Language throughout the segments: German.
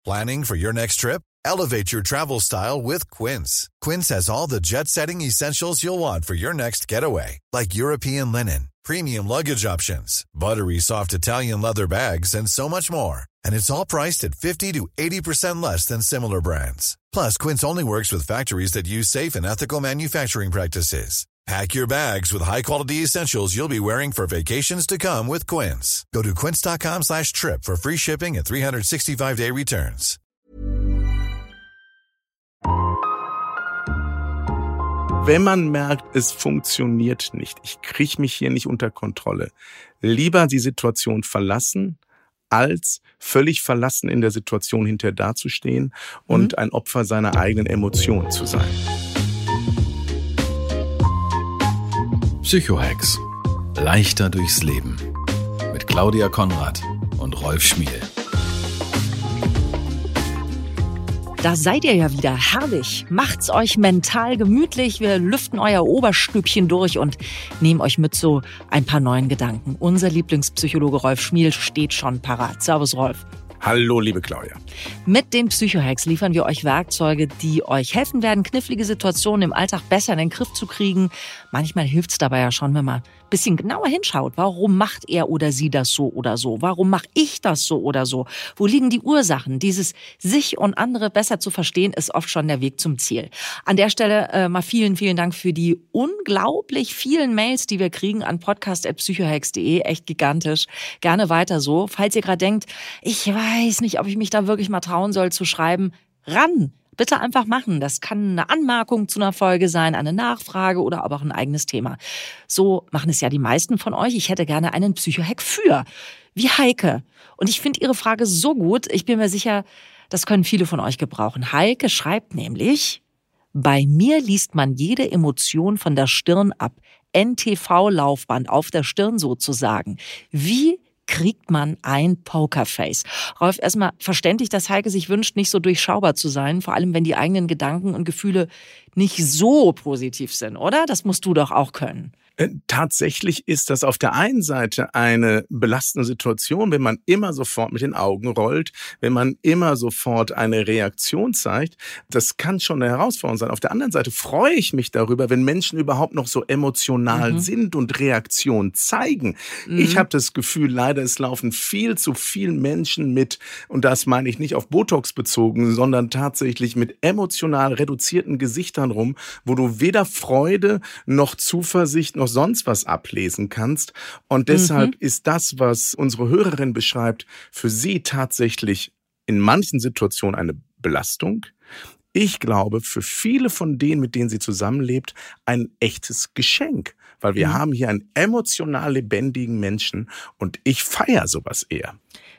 Planning for your next trip? Elevate your travel style with Quince. Quince has all the jet-setting essentials you'll want for your next getaway, like European linen, premium luggage options, buttery soft Italian leather bags, and so much more. And it's all priced at 50 to 80% less than similar brands. Plus, Quince only works with factories that use safe and ethical manufacturing practices. Pack your bags with high-quality essentials you'll be wearing for vacations to come with Quince. Go to quince.com/trip for free shipping and 365-day returns. Wenn man merkt, es funktioniert nicht, ich kriege mich hier nicht unter Kontrolle, lieber die Situation verlassen, als völlig verlassen in der Situation hinterher dazustehen und ein Opfer seiner eigenen Emotionen zu sein. Psychohacks. Leichter durchs Leben. Mit Claudia Konrad und Rolf Schmiel. Da seid ihr ja wieder. Herrlich. Macht's euch mental gemütlich. Wir lüften euer Oberstübchen durch und nehmen euch mit zu ein paar neuen Gedanken. Unser Lieblingspsychologe Rolf Schmiel steht schon parat. Servus, Rolf. Hallo, liebe Claudia. Mit den Psychohacks liefern wir euch Werkzeuge, die euch helfen werden, knifflige Situationen im Alltag besser in den Griff zu kriegen. Manchmal hilft's dabei ja schon, wenn man ein bisschen genauer hinschaut. Warum macht er oder sie das so oder so? Warum mache ich das so oder so? Wo liegen die Ursachen? Dieses sich und andere besser zu verstehen, ist oft schon der Weg zum Ziel. An der Stelle mal vielen, vielen Dank für die unglaublich vielen Mails, die wir kriegen an podcast@psychohacks.de. Echt gigantisch. Gerne weiter so. Falls ihr gerade denkt, ich weiß nicht, ob ich mich da wirklich mal trauen soll zu schreiben, ran. Bitte einfach machen. Das kann eine Anmerkung zu einer Folge sein, eine Nachfrage oder aber auch ein eigenes Thema. So machen es ja die meisten von euch. Ich hätte gerne einen Psychohack für, wie Heike. Und ich finde Ihre Frage so gut. Ich bin mir sicher, das können viele von euch gebrauchen. Heike schreibt nämlich: Bei mir liest man jede Emotion von der Stirn ab. NTV-Laufband auf der Stirn sozusagen. Wie kriegt man ein Pokerface? Rolf, erstmal verständlich, dass Heike sich wünscht, nicht so durchschaubar zu sein, vor allem wenn die eigenen Gedanken und Gefühle nicht so positiv sind, oder? Das musst du doch auch können. Tatsächlich ist das auf der einen Seite eine belastende Situation, wenn man immer sofort mit den Augen rollt, wenn man immer sofort eine Reaktion zeigt. Das kann schon eine Herausforderung sein. Auf der anderen Seite freue ich mich darüber, wenn Menschen überhaupt noch so emotional sind und Reaktionen zeigen. Ich habe das Gefühl, leider, es laufen viel zu viele Menschen mit, und das meine ich nicht auf Botox bezogen, sondern tatsächlich mit emotional reduzierten Gesichtern rum, wo du weder Freude noch Zuversicht noch sonst was ablesen kannst. Und deshalb ist das, was unsere Hörerin beschreibt, für sie tatsächlich in manchen Situationen eine Belastung. Ich glaube, für viele von denen, mit denen sie zusammenlebt, ein echtes Geschenk. Weil wir haben hier einen emotional lebendigen Menschen und ich feiere sowas eher.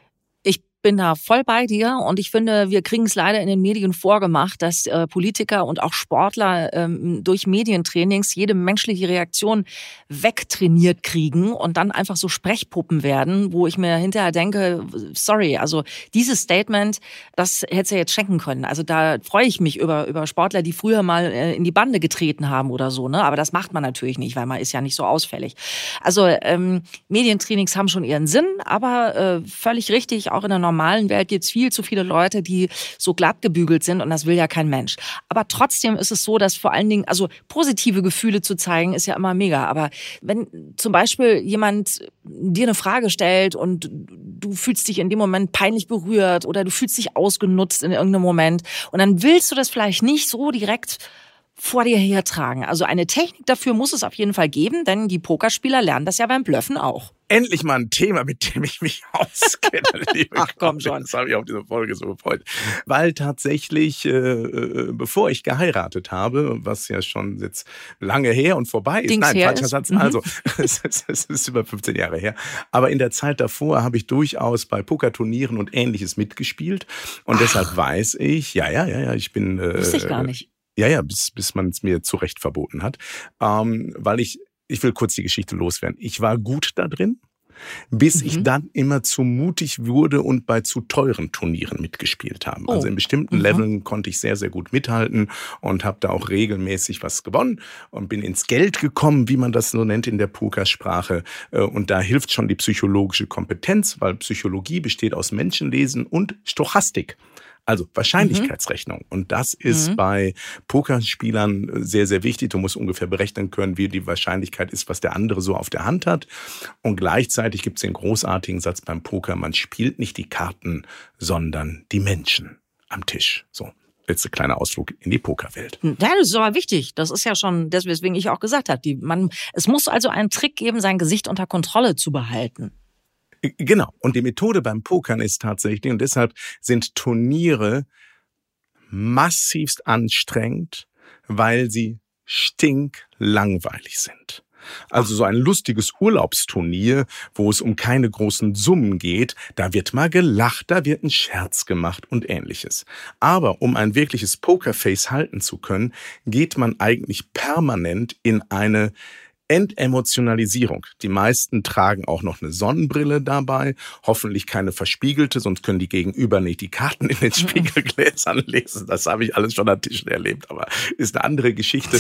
Bin da voll bei dir und ich finde, wir kriegen es leider in den Medien vorgemacht, dass Politiker und auch Sportler durch Medientrainings jede menschliche Reaktion wegtrainiert kriegen und dann einfach so Sprechpuppen werden, wo ich mir hinterher denke, sorry, also dieses Statement, das hättest du jetzt schenken können. Also da freue ich mich über Sportler, die früher mal in die Bande getreten haben oder so, ne? Aber das macht man natürlich nicht, weil man ist ja nicht so ausfällig. Also Medientrainings haben schon ihren Sinn, aber völlig richtig, auch in der normalen Welt gibt es viel zu viele Leute, die so glatt gebügelt sind und das will ja kein Mensch. Aber trotzdem ist es so, dass vor allen Dingen, also positive Gefühle zu zeigen, ist ja immer mega. Aber wenn zum Beispiel jemand dir eine Frage stellt und du fühlst dich in dem Moment peinlich berührt oder du fühlst dich ausgenutzt in irgendeinem Moment und dann willst du das vielleicht nicht so direkt vor dir hertragen. Also eine Technik dafür muss es auf jeden Fall geben, denn die Pokerspieler lernen das ja beim Bluffen auch. Endlich mal ein Thema, mit dem ich mich auskenne. Ach komm schon. Das habe ich auf diese Folge so gefreut. Weil tatsächlich, bevor ich geheiratet habe, was ja schon jetzt lange her und vorbei ist. Nein, falscher Satz. Also, es ist über 15 Jahre her. Aber in der Zeit davor habe ich durchaus bei Pokerturnieren und Ähnliches mitgespielt. Und deshalb weiß ich, ich bin... Wusste ich gar nicht. Bis man es mir zurecht verboten hat. Weil ich will kurz die Geschichte loswerden. Ich war gut da drin, bis ich dann immer zu mutig wurde und bei zu teuren Turnieren mitgespielt habe. Also in bestimmten Leveln konnte ich sehr, sehr gut mithalten und habe da auch regelmäßig was gewonnen und bin ins Geld gekommen, wie man das so nennt in der Pokersprache. Und da hilft schon die psychologische Kompetenz, weil Psychologie besteht aus Menschenlesen und Stochastik. Also Wahrscheinlichkeitsrechnung. Und das ist bei Pokerspielern sehr, sehr wichtig. Du musst ungefähr berechnen können, wie die Wahrscheinlichkeit ist, was der andere so auf der Hand hat. Und gleichzeitig gibt es den großartigen Satz beim Poker, man spielt nicht die Karten, sondern die Menschen am Tisch. So. Letzter kleiner Ausflug in die Pokerwelt. Ja, das ist aber wichtig. Das ist ja schon das, weswegen ich auch gesagt habe. Es muss also einen Trick geben, sein Gesicht unter Kontrolle zu behalten. Genau. Und die Methode beim Pokern ist tatsächlich, und deshalb sind Turniere massivst anstrengend, weil sie stinklangweilig sind. Also so ein lustiges Urlaubsturnier, wo es um keine großen Summen geht, da wird mal gelacht, da wird ein Scherz gemacht und Ähnliches. Aber um ein wirkliches Pokerface halten zu können, geht man eigentlich permanent in eine Entemotionalisierung. Die meisten tragen auch noch eine Sonnenbrille dabei, hoffentlich keine verspiegelte, sonst können die Gegenüber nicht die Karten in den Spiegelgläsern lesen. Das habe ich alles schon an Tischen erlebt, aber ist eine andere Geschichte.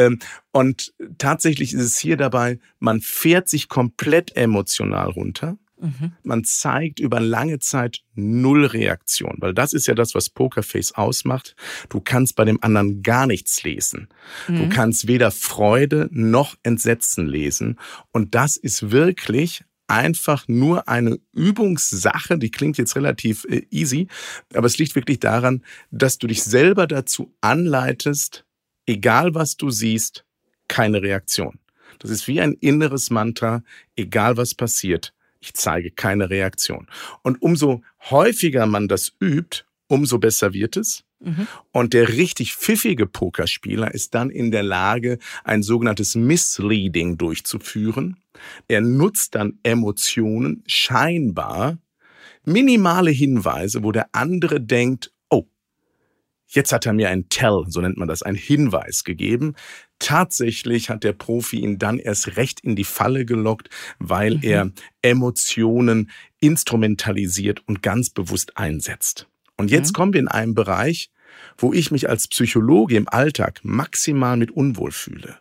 Und tatsächlich ist es hier dabei, man fährt sich komplett emotional runter. Man zeigt über lange Zeit null Reaktion, weil das ist ja das, was Pokerface ausmacht. Du kannst bei dem anderen gar nichts lesen. Du kannst weder Freude noch Entsetzen lesen. Und das ist wirklich einfach nur eine Übungssache, die klingt jetzt relativ easy, aber es liegt wirklich daran, dass du dich selber dazu anleitest, egal was du siehst, keine Reaktion. Das ist wie ein inneres Mantra, egal was passiert. Ich zeige keine Reaktion. Und umso häufiger man das übt, umso besser wird es. Und der richtig pfiffige Pokerspieler ist dann in der Lage, ein sogenanntes Misleading durchzuführen. Er nutzt dann Emotionen, scheinbar minimale Hinweise, wo der andere denkt, oh, jetzt hat er mir einen Tell, so nennt man das, einen Hinweis gegeben. Tatsächlich hat der Profi ihn dann erst recht in die Falle gelockt, weil er Emotionen instrumentalisiert und ganz bewusst einsetzt. Und jetzt kommen wir in einen Bereich, wo ich mich als Psychologe im Alltag maximal mit unwohl fühle.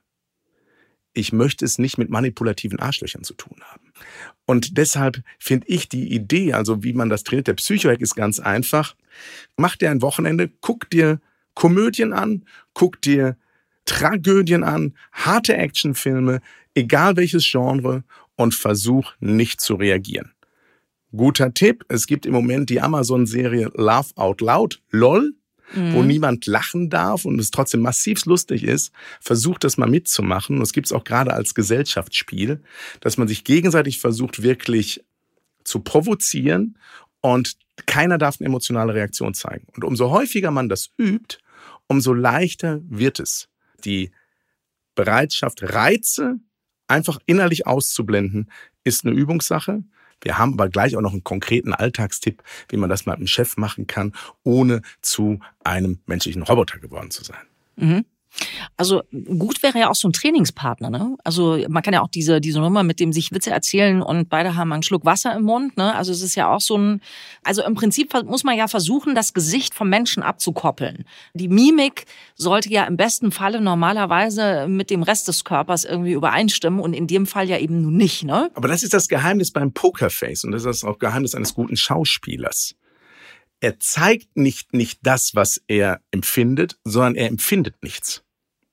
Ich möchte es nicht mit manipulativen Arschlöchern zu tun haben. Und deshalb finde ich die Idee, also wie man das trainiert, der Psychohack ist ganz einfach. Mach dir ein Wochenende, guck dir Komödien an, guck dir Tragödien an, harte Actionfilme, egal welches Genre, und versuch nicht zu reagieren. Guter Tipp, es gibt im Moment die Amazon-Serie Laugh Out Loud, LOL, wo niemand lachen darf und es trotzdem massiv lustig ist. Versucht das mal mitzumachen. Das gibt es auch gerade als Gesellschaftsspiel, dass man sich gegenseitig versucht, wirklich zu provozieren und keiner darf eine emotionale Reaktion zeigen. Und umso häufiger man das übt, umso leichter wird es. Die Bereitschaft, Reize einfach innerlich auszublenden, ist eine Übungssache. Wir haben aber gleich auch noch einen konkreten Alltagstipp, wie man das mal mit dem Chef machen kann, ohne zu einem menschlichen Roboter geworden zu sein. Also gut wäre ja auch so ein Trainingspartner, ne? Also man kann ja auch diese Nummer mit dem sich Witze erzählen und beide haben einen Schluck Wasser im Mund, ne? Also es ist ja auch also im Prinzip muss man ja versuchen, das Gesicht vom Menschen abzukoppeln. Die Mimik sollte ja im besten Falle normalerweise mit dem Rest des Körpers irgendwie übereinstimmen und in dem Fall ja eben nun nicht, ne? Aber das ist das Geheimnis beim Pokerface und das ist auch Geheimnis eines guten Schauspielers. Er zeigt nicht das, was er empfindet, sondern er empfindet nichts.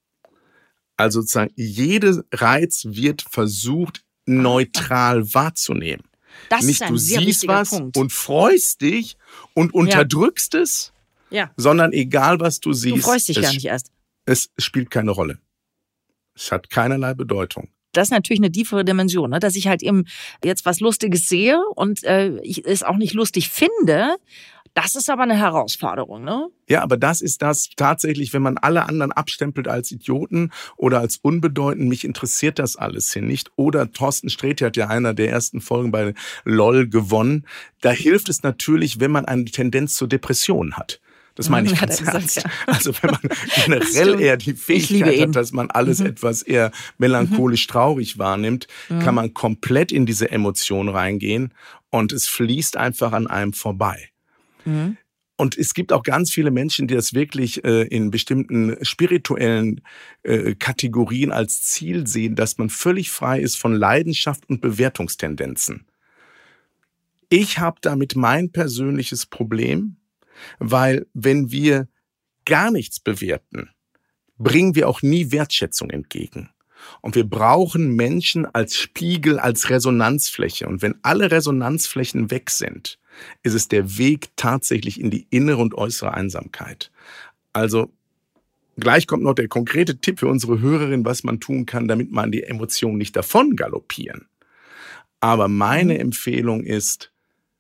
Also sozusagen, jeder Reiz wird versucht, neutral wahrzunehmen. Das nicht ist ein du sehr siehst wichtiger was Punkt. und freust dich und unterdrückst es, sondern egal was du siehst, Du freust dich gar nicht erst. Es spielt keine Rolle. Es hat keinerlei Bedeutung. Das ist natürlich eine tiefere Dimension, ne? Dass ich halt eben jetzt was Lustiges sehe und ich es auch nicht lustig finde. Das ist aber eine Herausforderung, ne? Ja, aber das ist das tatsächlich, wenn man alle anderen abstempelt als Idioten oder als unbedeutend, mich interessiert das alles hier nicht. Oder Thorsten Sträter hat ja einer der ersten Folgen bei LOL gewonnen. Da hilft es natürlich, wenn man eine Tendenz zur Depression hat. Das meine ich ganz ernst. Ja. Also wenn man generell eher die Fähigkeit hat, dass man alles etwas eher melancholisch traurig wahrnimmt, kann man komplett in diese Emotion reingehen und es fließt einfach an einem vorbei. Und es gibt auch ganz viele Menschen, die das wirklich in bestimmten spirituellen Kategorien als Ziel sehen, dass man völlig frei ist von Leidenschaft und Bewertungstendenzen. Ich habe damit mein persönliches Problem, Weil wenn wir gar nichts bewerten, bringen wir auch nie Wertschätzung entgegen. Und wir brauchen Menschen als Spiegel, als Resonanzfläche. Und wenn alle Resonanzflächen weg sind, ist es der Weg tatsächlich in die innere und äußere Einsamkeit. Also gleich kommt noch der konkrete Tipp für unsere Hörerin, was man tun kann, damit man die Emotionen nicht davon galoppieren. Aber meine Empfehlung ist,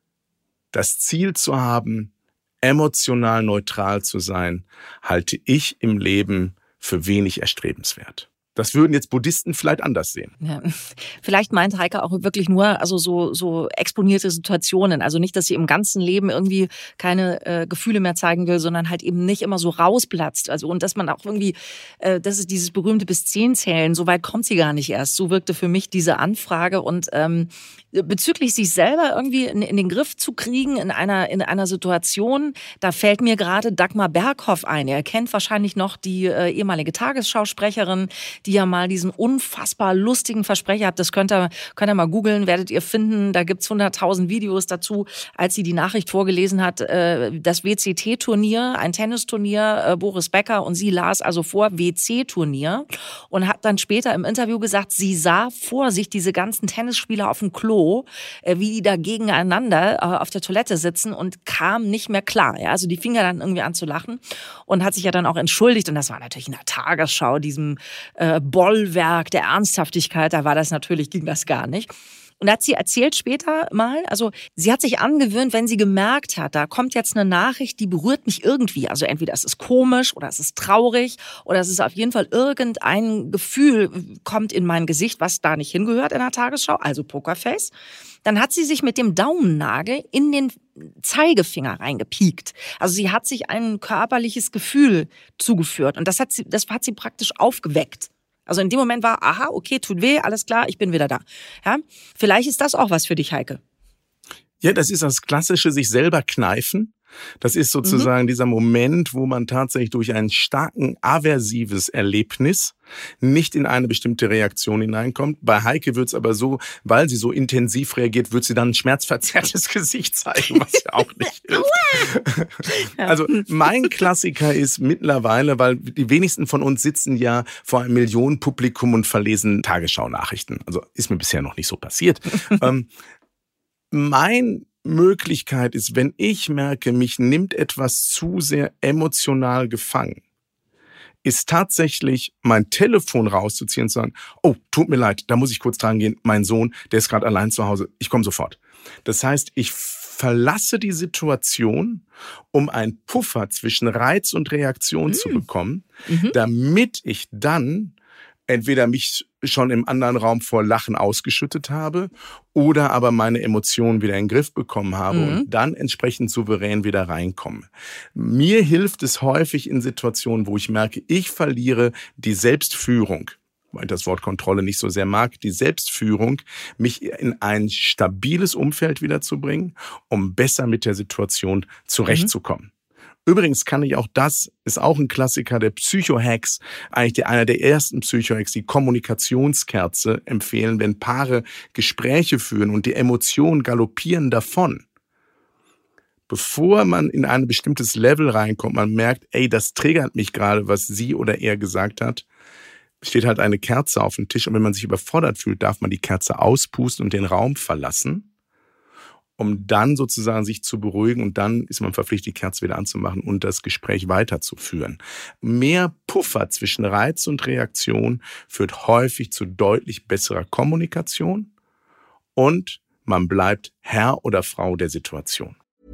das Ziel zu haben, emotional neutral zu sein, halte ich im Leben für wenig erstrebenswert. Das würden jetzt Buddhisten vielleicht anders sehen. Ja. Vielleicht meint Heike auch wirklich nur so exponierte Situationen. Also nicht, dass sie im ganzen Leben irgendwie keine Gefühle mehr zeigen will, sondern halt eben nicht immer so rausplatzt. Also und dass man auch irgendwie, das ist dieses berühmte bis 10 zählen, so weit kommt sie gar nicht erst. So wirkte für mich diese Anfrage. Und bezüglich sich selber irgendwie in den Griff zu kriegen in einer Situation, da fällt mir gerade Dagmar Berghoff ein. Ihr kennt wahrscheinlich noch die ehemalige Tagesschausprecherin, die ja mal diesen unfassbar lustigen Versprecher hat. Das könnt ihr mal googeln, werdet ihr finden. Da gibt's 100.000 Videos dazu, als sie die Nachricht vorgelesen hat, das WCT-Turnier, ein Tennisturnier, Boris Becker, und sie las also vor WC-Turnier und hat dann später im Interview gesagt, sie sah vor sich diese ganzen Tennisspieler auf dem Klo, wie die da gegeneinander auf der Toilette sitzen und kam nicht mehr klar. Ja? Also die fing ja dann irgendwie an zu lachen und hat sich ja dann auch entschuldigt. Und das war natürlich in der Tagesschau, diesem Bollwerk der Ernsthaftigkeit, ging das gar nicht. Und da hat sie erzählt später mal, also sie hat sich angewöhnt, wenn sie gemerkt hat, da kommt jetzt eine Nachricht, die berührt mich irgendwie. Also entweder es ist komisch oder es ist traurig oder es ist auf jeden Fall irgendein Gefühl kommt in mein Gesicht, was da nicht hingehört in der Tagesschau, also Pokerface. Dann hat sie sich mit dem Daumennagel in den Zeigefinger reingepiekt. Also sie hat sich ein körperliches Gefühl zugeführt und das hat sie praktisch aufgeweckt. Also in dem Moment war, aha, okay, tut weh, alles klar, ich bin wieder da. Ja? Vielleicht ist das auch was für dich, Heike. Ja, das ist das klassische sich selber kneifen. Das ist sozusagen dieser Moment, wo man tatsächlich durch ein starken aversives Erlebnis nicht in eine bestimmte Reaktion hineinkommt. Bei Heike wird es aber so, weil sie so intensiv reagiert, wird sie dann ein schmerzverzerrtes Gesicht zeigen, was ja auch nicht hilft. Also mein Klassiker ist mittlerweile, weil die wenigsten von uns sitzen ja vor einem Millionenpublikum und verlesen Tagesschau-Nachrichten. Also ist mir bisher noch nicht so passiert. Mein Möglichkeit ist, wenn ich merke, mich nimmt etwas zu sehr emotional gefangen, ist tatsächlich mein Telefon rauszuziehen und zu sagen, oh, tut mir leid, da muss ich kurz dran gehen, mein Sohn, der ist gerade allein zu Hause, ich komme sofort. Das heißt, ich verlasse die Situation, um einen Puffer zwischen Reiz und Reaktion zu bekommen, damit ich dann entweder mich schon im anderen Raum vor Lachen ausgeschüttet habe oder aber meine Emotionen wieder in den Griff bekommen habe und dann entsprechend souverän wieder reinkomme. Mir hilft es häufig in Situationen, wo ich merke, ich verliere die Selbstführung, weil ich das Wort Kontrolle nicht so sehr mag, die Selbstführung, mich in ein stabiles Umfeld wiederzubringen, um besser mit der Situation zurechtzukommen. Übrigens kann ich auch, das ist auch ein Klassiker der Psycho-Hacks, eigentlich einer der ersten Psycho-Hacks, die Kommunikationskerze empfehlen, wenn Paare Gespräche führen und die Emotionen galoppieren davon. Bevor man in ein bestimmtes Level reinkommt, man merkt, ey, das triggert mich gerade, was sie oder er gesagt hat, steht halt eine Kerze auf dem Tisch und wenn man sich überfordert fühlt, darf man die Kerze auspusten und den Raum verlassen, um dann sozusagen sich zu beruhigen und dann ist man verpflichtet, die Kerze wieder anzumachen und das Gespräch weiterzuführen. Mehr Puffer zwischen Reiz und Reaktion führt häufig zu deutlich besserer Kommunikation und man bleibt Herr oder Frau der Situation.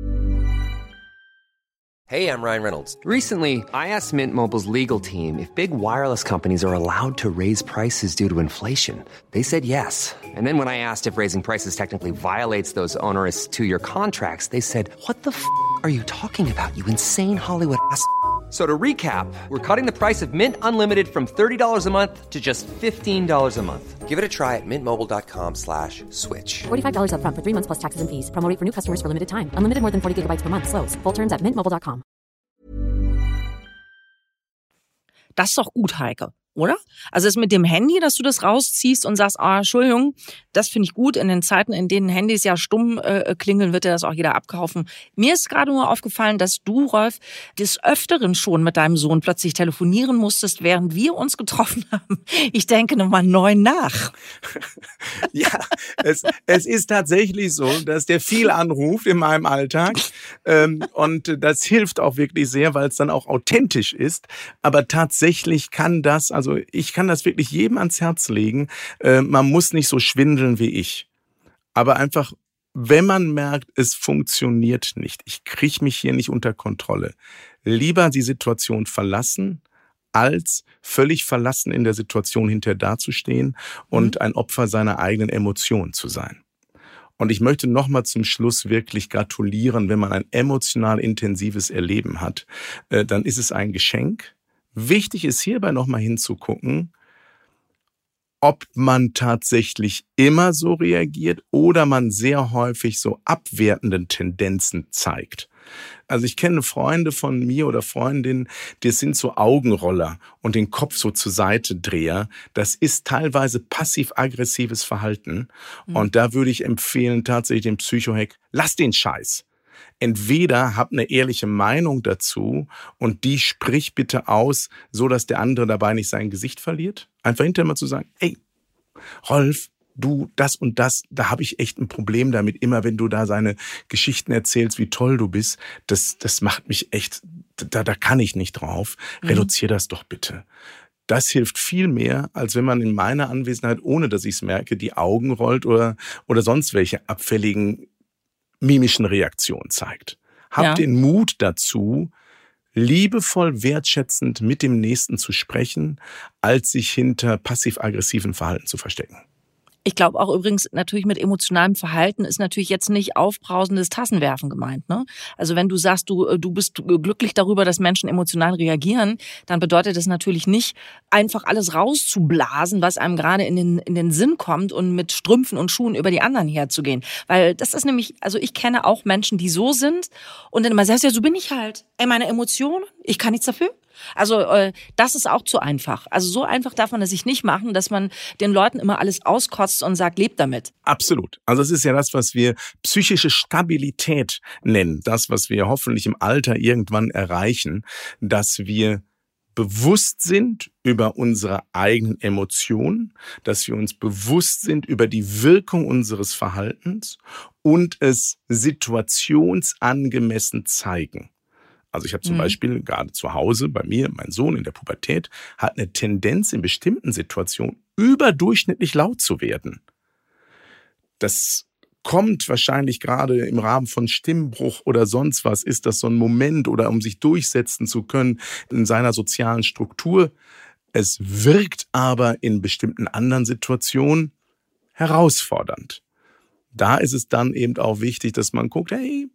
Hey, I'm Ryan Reynolds. Recently, I asked Mint Mobile's legal team if big wireless companies are allowed to raise prices due to inflation. They said yes. And then when I asked if raising prices technically violates those onerous two-year contracts, they said, what the f*** are you talking about, you insane Hollywood ass f- So to recap, we're cutting the price of Mint Unlimited from $30 a month to just $15 a month. Give it a try at mintmobile.com/switch. $45 up front for 3 months plus taxes and fees. Promo rate for new customers for limited time. Unlimited more than 40 gigabytes per month. Slows full terms at mintmobile.com. Das ist doch gut, Heike. Oder? Also das mit dem Handy, dass du das rausziehst und sagst, Entschuldigung, das finde ich gut. In den Zeiten, in denen Handys ja stumm klingeln, wird ja das auch jeder abkaufen. Mir ist gerade nur aufgefallen, dass du, Rolf, des Öfteren schon mit deinem Sohn plötzlich telefonieren musstest, während wir uns getroffen haben. Ich denke nochmal neu nach. Ja, es ist tatsächlich so, dass der viel anruft in meinem Alltag. Und das hilft auch wirklich sehr, weil es dann auch authentisch ist. Aber tatsächlich also ich kann das wirklich jedem ans Herz legen. Man muss nicht so schwindeln wie ich. Aber einfach, wenn man merkt, es funktioniert nicht, ich kriege mich hier nicht unter Kontrolle, lieber die Situation verlassen, als völlig verlassen in der Situation hinterher dazustehen und ein Opfer seiner eigenen Emotionen zu sein. Und ich möchte nochmal zum Schluss wirklich gratulieren, wenn man ein emotional intensives Erleben hat, dann ist es ein Geschenk. Wichtig ist hierbei nochmal hinzugucken, ob man tatsächlich immer so reagiert oder man sehr häufig so abwertenden Tendenzen zeigt. Also ich kenne Freunde von mir oder Freundinnen, die sind so Augenroller und den Kopf so zur Seite Dreher. Das ist teilweise passiv-aggressives Verhalten. Und da würde ich empfehlen, tatsächlich den Psychohack, lass den Scheiß. Entweder hab eine ehrliche Meinung dazu und die sprich bitte aus, so dass der andere dabei nicht sein Gesicht verliert. Einfach hinterher mal zu sagen, ey, Rolf, du, das und das, da habe ich echt ein Problem damit. Immer wenn du da seine Geschichten erzählst, wie toll du bist, das macht mich echt, da kann ich nicht drauf. Reduzier das doch bitte. Das hilft viel mehr, als wenn man in meiner Anwesenheit, ohne dass ich es merke, die Augen rollt oder sonst welche abfälligen mimischen Reaktionen zeigt. Hab den Mut dazu, liebevoll, wertschätzend mit dem Nächsten zu sprechen, als sich hinter passiv-aggressiven Verhalten zu verstecken. Ich glaube auch übrigens natürlich mit emotionalem Verhalten ist natürlich jetzt nicht aufbrausendes Tassenwerfen gemeint, ne? Also wenn du sagst, du bist glücklich darüber, dass Menschen emotional reagieren, dann bedeutet das natürlich nicht, einfach alles rauszublasen, was einem gerade in den Sinn kommt und mit Strümpfen und Schuhen über die anderen herzugehen. Weil das ist nämlich, also ich kenne auch Menschen, die so sind und dann immer sagst, ja, so bin ich halt. Ey, meine Emotionen, ich kann nichts dafür. Also das ist auch zu einfach. Also so einfach darf man das sich nicht machen, dass man den Leuten immer alles auskotzt und sagt, lebt damit. Absolut. Also es ist ja das, was wir psychische Stabilität nennen. Das, was wir hoffentlich im Alter irgendwann erreichen, dass wir bewusst sind über unsere eigenen Emotionen, dass wir uns bewusst sind über die Wirkung unseres Verhaltens und es situationsangemessen zeigen. Also ich habe zum Beispiel gerade zu Hause bei mir, mein Sohn in der Pubertät, hat eine Tendenz in bestimmten Situationen überdurchschnittlich laut zu werden. Das kommt wahrscheinlich gerade im Rahmen von Stimmbruch oder sonst was, ist das so ein Moment oder um sich durchsetzen zu können in seiner sozialen Struktur. Es wirkt aber in bestimmten anderen Situationen herausfordernd. Da ist es dann eben auch wichtig, dass man guckt, hey,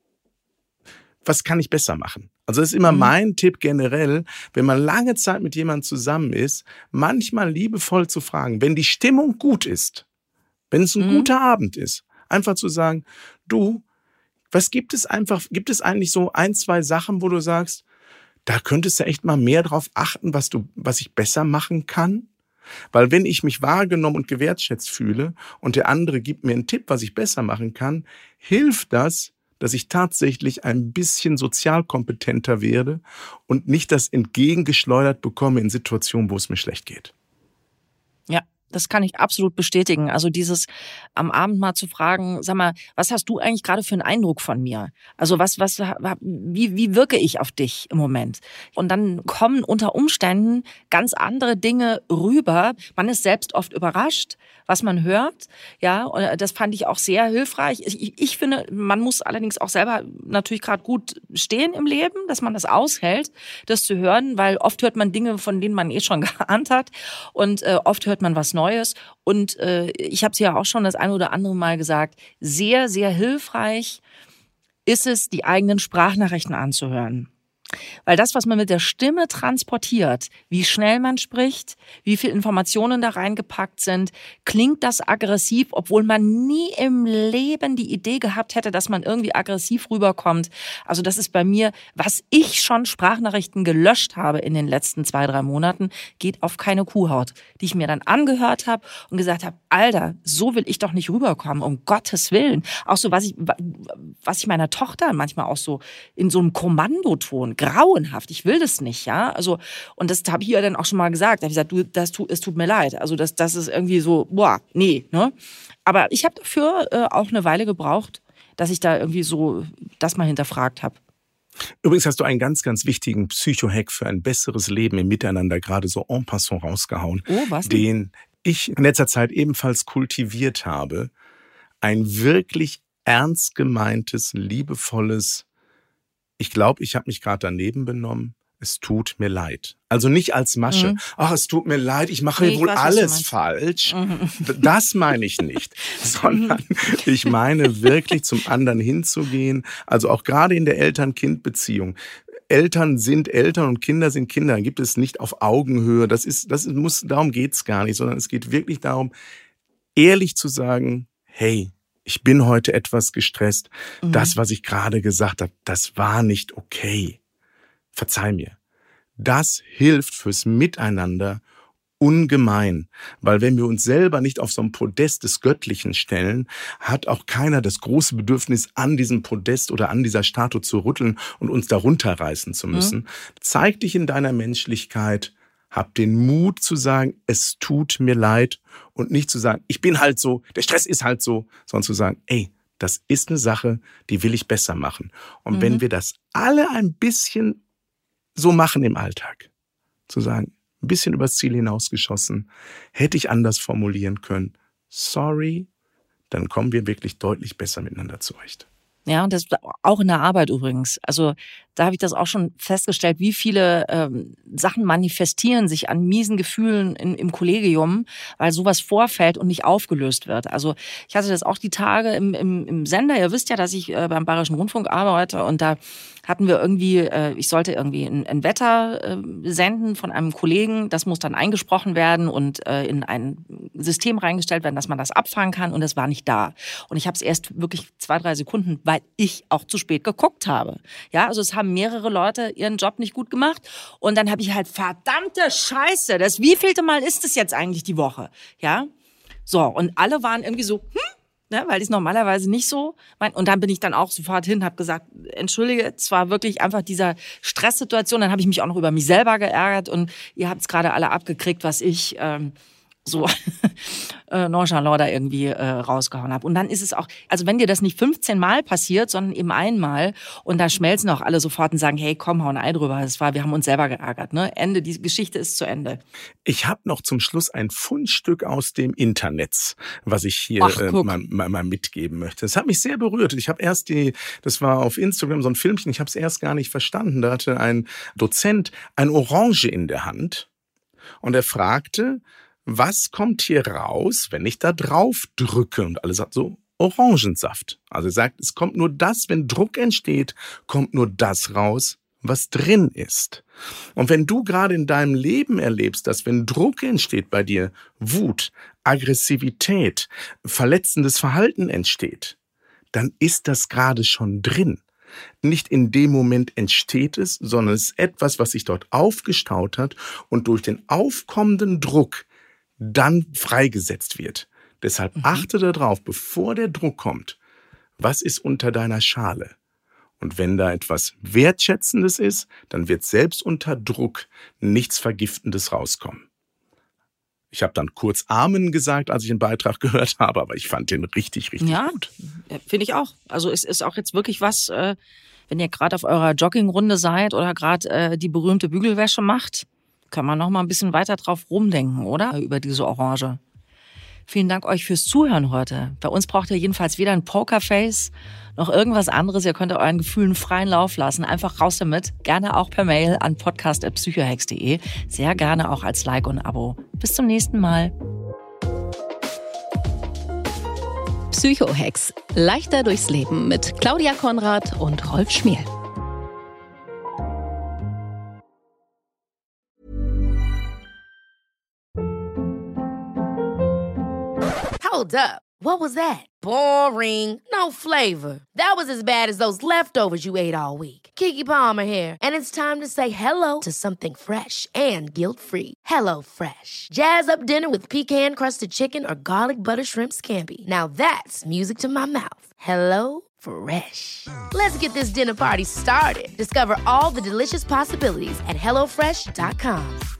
was kann ich besser machen? Also das ist immer mein Tipp generell, wenn man lange Zeit mit jemandem zusammen ist, manchmal liebevoll zu fragen, wenn die Stimmung gut ist, wenn es ein guter Abend ist, einfach zu sagen, du, gibt es eigentlich so 1, 2 Sachen, wo du sagst, da könntest du echt mal mehr drauf achten, was ich besser machen kann? Weil wenn ich mich wahrgenommen und gewertschätzt fühle und der andere gibt mir einen Tipp, was ich besser machen kann, hilft das, dass ich tatsächlich ein bisschen sozial kompetenter werde und nicht das entgegengeschleudert bekomme in Situationen, wo es mir schlecht geht. Ja, das kann ich absolut bestätigen. Also dieses am Abend mal zu fragen, sag mal, was hast du eigentlich gerade für einen Eindruck von mir? Also wie wirke ich auf dich im Moment? Und dann kommen unter Umständen ganz andere Dinge rüber. Man ist selbst oft überrascht, was man hört. Ja, und das fand ich auch sehr hilfreich. Ich finde, man muss allerdings auch selber natürlich gerade gut stehen im Leben, dass man das aushält, das zu hören, weil oft hört man Dinge, von denen man schon geahnt hat und oft hört man was Neues. Und ich habe es ja auch schon das ein oder andere Mal gesagt, sehr, sehr hilfreich ist es, die eigenen Sprachnachrichten anzuhören. Weil das, was man mit der Stimme transportiert, wie schnell man spricht, wie viel Informationen da reingepackt sind, klingt das aggressiv, obwohl man nie im Leben die Idee gehabt hätte, dass man irgendwie aggressiv rüberkommt. Also das ist bei mir, was ich schon Sprachnachrichten gelöscht habe in den letzten 2-3 Monaten, geht auf keine Kuhhaut, die ich mir dann angehört habe und gesagt habe, Alter, so will ich doch nicht rüberkommen, um Gottes Willen. Auch so, was ich meiner Tochter manchmal auch so in so einem Kommandoton, grauenhaft, ich will das nicht, ja. Also, und das habe ich ihr dann auch schon mal gesagt. Da habe ich gesagt, es tut mir leid. Also, das ist irgendwie so, nee, ne? Aber ich habe dafür auch eine Weile gebraucht, dass ich da irgendwie so das mal hinterfragt habe. Übrigens hast du einen ganz, ganz wichtigen Psycho-Hack für ein besseres Leben im Miteinander gerade so en passant rausgehauen, den ich in letzter Zeit ebenfalls kultiviert habe. Ein wirklich ernst gemeintes, liebevolles, ich glaube, ich habe mich gerade daneben benommen, es tut mir leid. Also nicht als Masche. Ach, es tut mir leid, ich mache wohl alles falsch. Das meine ich nicht. Sondern ich meine wirklich zum anderen hinzugehen. Also auch gerade in der Eltern-Kind-Beziehung. Eltern sind Eltern und Kinder sind Kinder. Gibt es nicht auf Augenhöhe. Darum geht's gar nicht, sondern es geht wirklich darum, ehrlich zu sagen, hey, ich bin heute etwas gestresst. Das, was ich gerade gesagt habe, das war nicht okay. Verzeih mir. Das hilft fürs Miteinander ungemein. Weil wenn wir uns selber nicht auf so ein Podest des Göttlichen stellen, hat auch keiner das große Bedürfnis, an diesem Podest oder an dieser Statue zu rütteln und uns da runterreißen zu müssen. Zeig dich in deiner Menschlichkeit, hab den Mut zu sagen, es tut mir leid und nicht zu sagen, ich bin halt so, der Stress ist halt so, sondern zu sagen, ey, das ist eine Sache, die will ich besser machen. Und wenn wir das alle ein bisschen so machen im Alltag, zu sagen, ein bisschen übers Ziel hinausgeschossen, hätte ich anders formulieren können, sorry, dann kommen wir wirklich deutlich besser miteinander zurecht. Ja, und das auch in der Arbeit übrigens. Also da habe ich das auch schon festgestellt, wie viele Sachen manifestieren sich an miesen Gefühlen im Kollegium, weil sowas vorfällt und nicht aufgelöst wird. Also ich hatte das auch die Tage im Sender. Ihr wisst ja, dass ich beim Bayerischen Rundfunk arbeite und da hatten wir irgendwie, ich sollte irgendwie ein Wetter senden von einem Kollegen. Das muss dann eingesprochen werden und in ein System reingestellt werden, dass man das abfangen kann. Und das war nicht da. Und ich habe es erst wirklich 2-3 Sekunden, weil ich auch zu spät geguckt habe. Ja, also es haben mehrere Leute ihren Job nicht gut gemacht. Und dann habe ich halt, verdammte Scheiße, das wievielte Mal ist es jetzt eigentlich die Woche? Ja, so, und alle waren irgendwie so, ne, weil ich es normalerweise nicht so meine. Und dann bin ich dann auch sofort hin, habe gesagt, entschuldige, es war wirklich einfach dieser Stresssituation. Dann habe ich mich auch noch über mich selber geärgert und ihr habt es gerade alle abgekriegt, was ich so nonchalant da irgendwie rausgehauen habe. Und dann ist es auch, also wenn dir das nicht 15 Mal passiert, sondern eben einmal und da schmelzen auch alle sofort und sagen, hey, komm, hau ein Ei drüber. Wir haben uns selber geärgert. Ne? Ende, die Geschichte ist zu Ende. Ich habe noch zum Schluss ein Fundstück aus dem Internet, was ich hier mal mitgeben möchte. Das hat mich sehr berührt. Ich habe erst das war auf Instagram so ein Filmchen, ich habe es erst gar nicht verstanden. Da hatte ein Dozent eine Orange in der Hand und er fragte, was kommt hier raus, wenn ich da drauf drücke? Und alle sagt so, Orangensaft. Also er sagt, es kommt nur das, wenn Druck entsteht, kommt nur das raus, was drin ist. Und wenn du gerade in deinem Leben erlebst, dass wenn Druck entsteht bei dir, Wut, Aggressivität, verletzendes Verhalten entsteht, dann ist das gerade schon drin. Nicht in dem Moment entsteht es, sondern es ist etwas, was sich dort aufgestaut hat und durch den aufkommenden Druck dann freigesetzt wird. Deshalb achte darauf, bevor der Druck kommt, was ist unter deiner Schale? Und wenn da etwas Wertschätzendes ist, dann wird selbst unter Druck nichts Vergiftendes rauskommen. Ich habe dann kurz Amen gesagt, als ich den Beitrag gehört habe, aber ich fand den richtig, richtig gut. Ja, finde ich auch. Also es ist auch jetzt wirklich was, wenn ihr gerade auf eurer Joggingrunde seid oder gerade die berühmte Bügelwäsche macht, kann man noch mal ein bisschen weiter drauf rumdenken, oder? Über diese Orange. Vielen Dank euch fürs Zuhören heute. Bei uns braucht ihr jedenfalls weder ein Pokerface noch irgendwas anderes. Ihr könnt euren Gefühlen freien Lauf lassen. Einfach raus damit. Gerne auch per Mail an podcast@psychohex.de. Sehr gerne auch als Like und Abo. Bis zum nächsten Mal. Psychohex. Leichter durchs Leben mit Claudia Konrad und Rolf Schmiel. Hold up. What was that? Boring. No flavor. That was as bad as those leftovers you ate all week. Keke Palmer here. And it's time to say hello to something fresh and guilt-free. HelloFresh. Jazz up dinner with pecan-crusted chicken or garlic butter shrimp scampi. Now that's music to my mouth. HelloFresh. Let's get this dinner party started. Discover all the delicious possibilities at HelloFresh.com.